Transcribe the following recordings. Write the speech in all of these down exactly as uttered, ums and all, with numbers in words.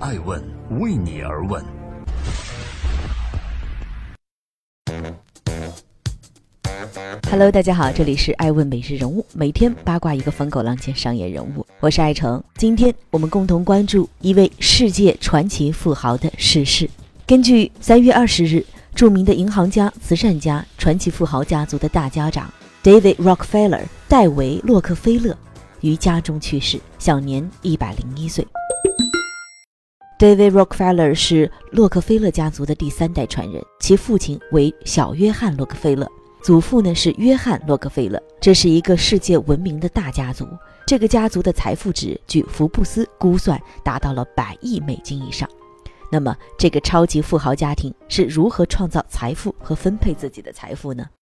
爱问为你而问。 Hello， 大家好，这里是爱问每日人物，每天八卦一个风口浪尖商业人物，我是爱成。今天我们共同关注一位世界传奇富豪的逝世。根据三月二十日，著名的银行家、慈善家、传奇富豪家族的大家长 David Rockefeller 戴维·洛克菲勒于家中去世，享年一百零一岁。David Rockefeller 是洛克菲勒家族的第三代传人，其父亲为小约翰·洛克菲勒，祖父呢是约翰·洛克菲勒。这是一个世界闻名的大家族，这个家族的财富值据福布斯估算达到了百亿美金以上。那么这个超级富豪家庭是如何创造财富和分配自己的财富呢？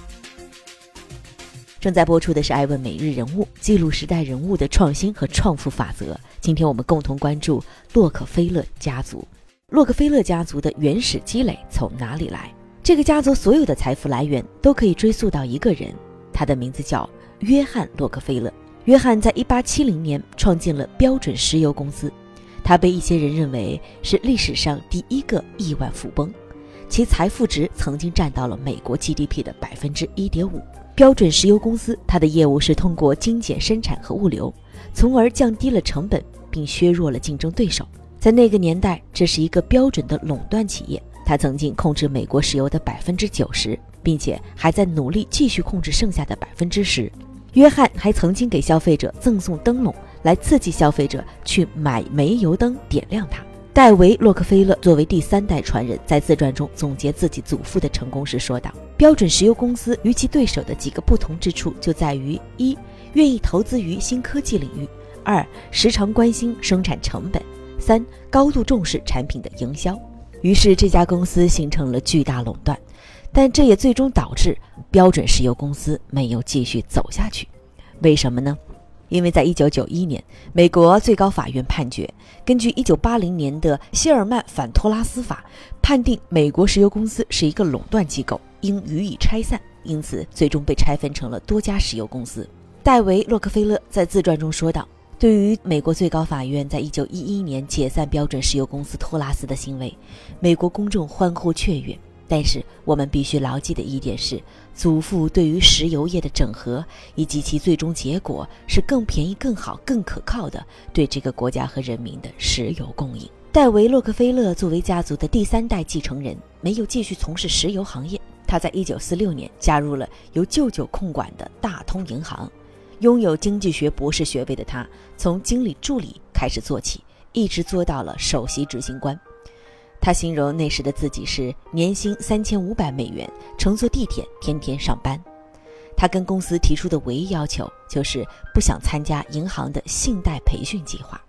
正在播出的是爱问每日人物，记录时代人物的创新和创富法则。今天我们共同关注洛克菲勒家族。洛克菲勒家族的原始积累从哪里来？这个家族所有的财富来源都可以追溯到一个人，他的名字叫约翰·洛克菲勒。约翰在一八七零年创建了标准石油公司，他被一些人认为是历史上第一个亿万富翁，其财富值曾经占到了美国 G D P 的 百分之一点五。 标准石油公司它的业务是通过精简生产和物流，从而降低了成本并削弱了竞争对手。在那个年代，这是一个标准的垄断企业，它曾经控制美国石油的 百分之九十， 并且还在努力继续控制剩下的 百分之十。 约翰还曾经给消费者赠送灯笼，来刺激消费者去买煤油灯点亮它。戴维·洛克菲勒作为第三代传人，在自传中总结自己祖父的成功时说道，标准石油公司与其对手的几个不同之处就在于：一、愿意投资于新科技领域；二、时常关心生产成本；三、高度重视产品的营销。于是这家公司形成了巨大垄断，但这也最终导致标准石油公司没有继续走下去。为什么呢？因为在一九九一年，美国最高法院判决，根据一九八零年的希尔曼反托拉斯法，判定美国石油公司是一个垄断机构，应予以拆散，因此最终被拆分成了多家石油公司。戴维·洛克菲勒在自传中说道，对于美国最高法院在一九一一年解散标准石油公司托拉斯的行为，美国公众欢呼雀跃。但是我们必须牢记的一点是，祖父对于石油业的整合以及其最终结果是更便宜、更好、更可靠的对这个国家和人民的石油供应。戴维·洛克菲勒作为家族的第三代继承人，没有继续从事石油行业。他在一九四六年加入了由舅舅控管的大通银行。拥有经济学博士学位的他，从经理助理开始做起，一直做到了首席执行官。他形容那时的自己是年薪三千五百美元，乘坐地铁天天上班。他跟公司提出的唯一要求就是不想参加银行的信贷培训计划。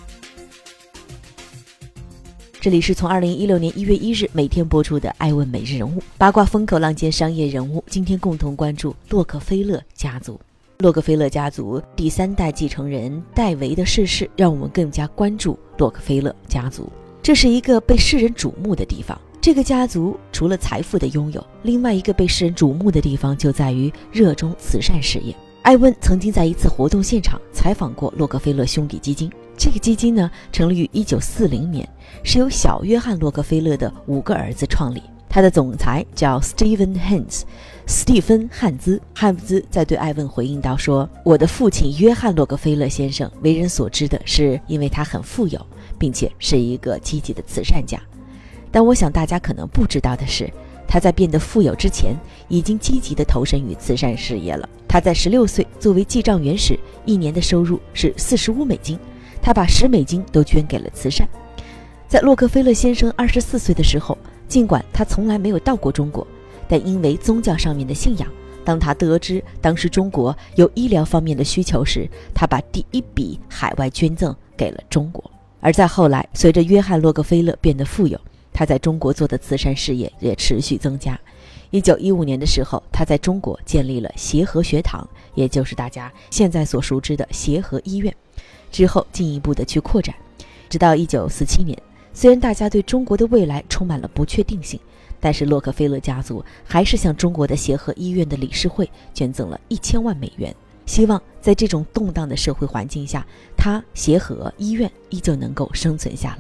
这里是从二零一六年一月一日每天播出的爱问每日人物，八卦风口浪尖商业人物，今天共同关注洛克菲勒家族。洛克菲勒家族第三代继承人戴维的逝世，让我们更加关注洛克菲勒家族。这是一个被世人瞩目的地方。这个家族除了财富的拥有，另外一个被世人瞩目的地方就在于热衷慈善事业。艾问曾经在一次活动现场采访过洛克菲勒兄弟基金。这个基金呢，成立于一九四零年，是由小约翰·洛克菲勒的五个儿子创立。他的总裁叫 Stephen Hans， 斯蒂芬·汉兹。汉兹在对艾问回应到说，我的父亲约翰·洛克菲勒先生为人所知的是因为他很富有，并且是一个积极的慈善家。但我想大家可能不知道的是，他在变得富有之前已经积极地投身于慈善事业了。他在十六岁作为记账员时，一年的收入是四十五美金，他把十美金都捐给了慈善。在洛克菲勒先生二十四岁的时候，尽管他从来没有到过中国，但因为宗教上面的信仰，当他得知当时中国有医疗方面的需求时，他把第一笔海外捐赠给了中国。而在后来，随着约翰·洛克菲勒变得富有，他在中国做的慈善事业也持续增加。一九一五年的时候，他在中国建立了协和学堂，也就是大家现在所熟知的协和医院，之后进一步的去扩展，直到一九四七年。虽然大家对中国的未来充满了不确定性，但是洛克菲勒家族还是向中国的协和医院的理事会捐赠了一千万美元，希望在这种动荡的社会环境下，他协和医院依旧能够生存下来。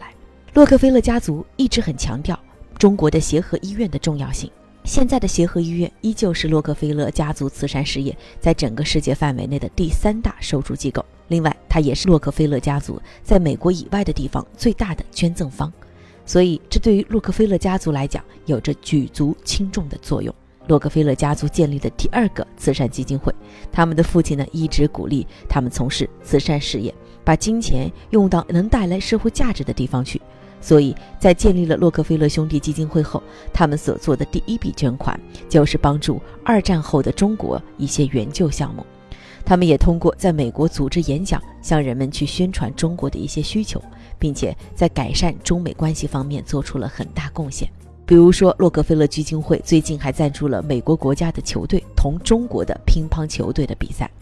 洛克菲勒家族一直很强调中国的协和医院的重要性。现在的协和医院依旧是洛克菲勒家族慈善事业在整个世界范围内的第三大收助机构。另外，它也是洛克菲勒家族在美国以外的地方最大的捐赠方。所以，这对于洛克菲勒家族来讲，有着举足轻重的作用。洛克菲勒家族建立的第二个慈善基金会，他们的父亲呢，一直鼓励他们从事慈善事业，把金钱用到能带来社会价值的地方去。所以在建立了洛克菲勒兄弟基金会后，他们所做的第一笔捐款就是帮助二战后的中国一些援救项目。他们也通过在美国组织演讲，向人们去宣传中国的一些需求，并且在改善中美关系方面做出了很大贡献。比如说，洛克菲勒基金会最近还赞助了美国国家的球队同中国的乒乓球队的比赛。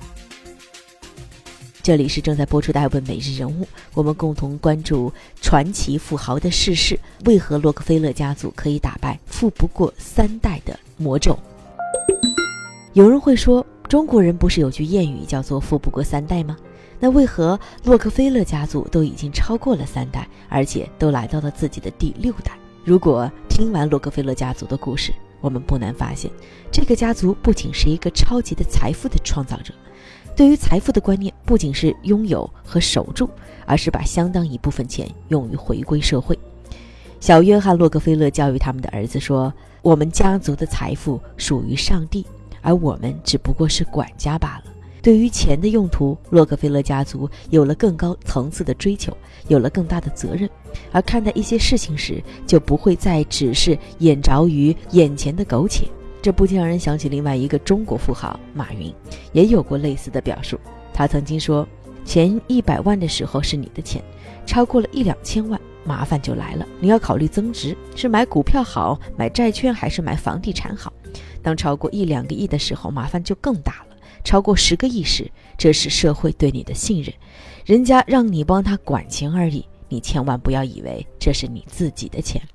这里是正在播出的艾问每日人物，我们共同关注传奇富豪的逝世，为何洛克菲勒家族可以打败富不过三代的魔咒。有人会说，中国人不是有句谚语叫做富不过三代吗？那为何洛克菲勒家族都已经超过了三代，而且都来到了自己的第六代？如果听完洛克菲勒家族的故事，我们不难发现，这个家族不仅是一个超级的财富的创造者，对于财富的观念不仅是拥有和守住，而是把相当一部分钱用于回归社会。小约翰·洛克菲勒教育他们的儿子说，我们家族的财富属于上帝，而我们只不过是管家罢了。对于钱的用途，洛克菲勒家族有了更高层次的追求，有了更大的责任，而看待一些事情时，就不会再只是眼着于眼前的苟且。这不禁让人想起另外一个中国富豪马云，也有过类似的表述。他曾经说，钱一百万的时候是你的钱，超过了一两千万，麻烦就来了，你要考虑增值，是买股票好，买债券还是买房地产好。当超过一两个亿的时候，麻烦就更大了，超过十个亿时，这是社会对你的信任，人家让你帮他管钱而已，你千万不要以为这是你自己的钱。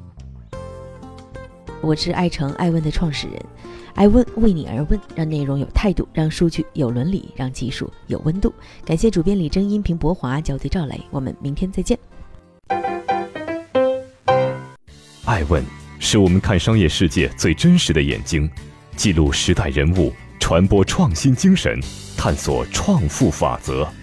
我是爱成爱问的创始人，爱问为你而问，让内容有态度，让数据有伦理，让技术有温度。感谢主编李征，音频博华，校对赵磊，我们明天再见。 爱问是我们看商业世界最真实的眼睛，记录时代人物，传播创新精神，探索创富法则。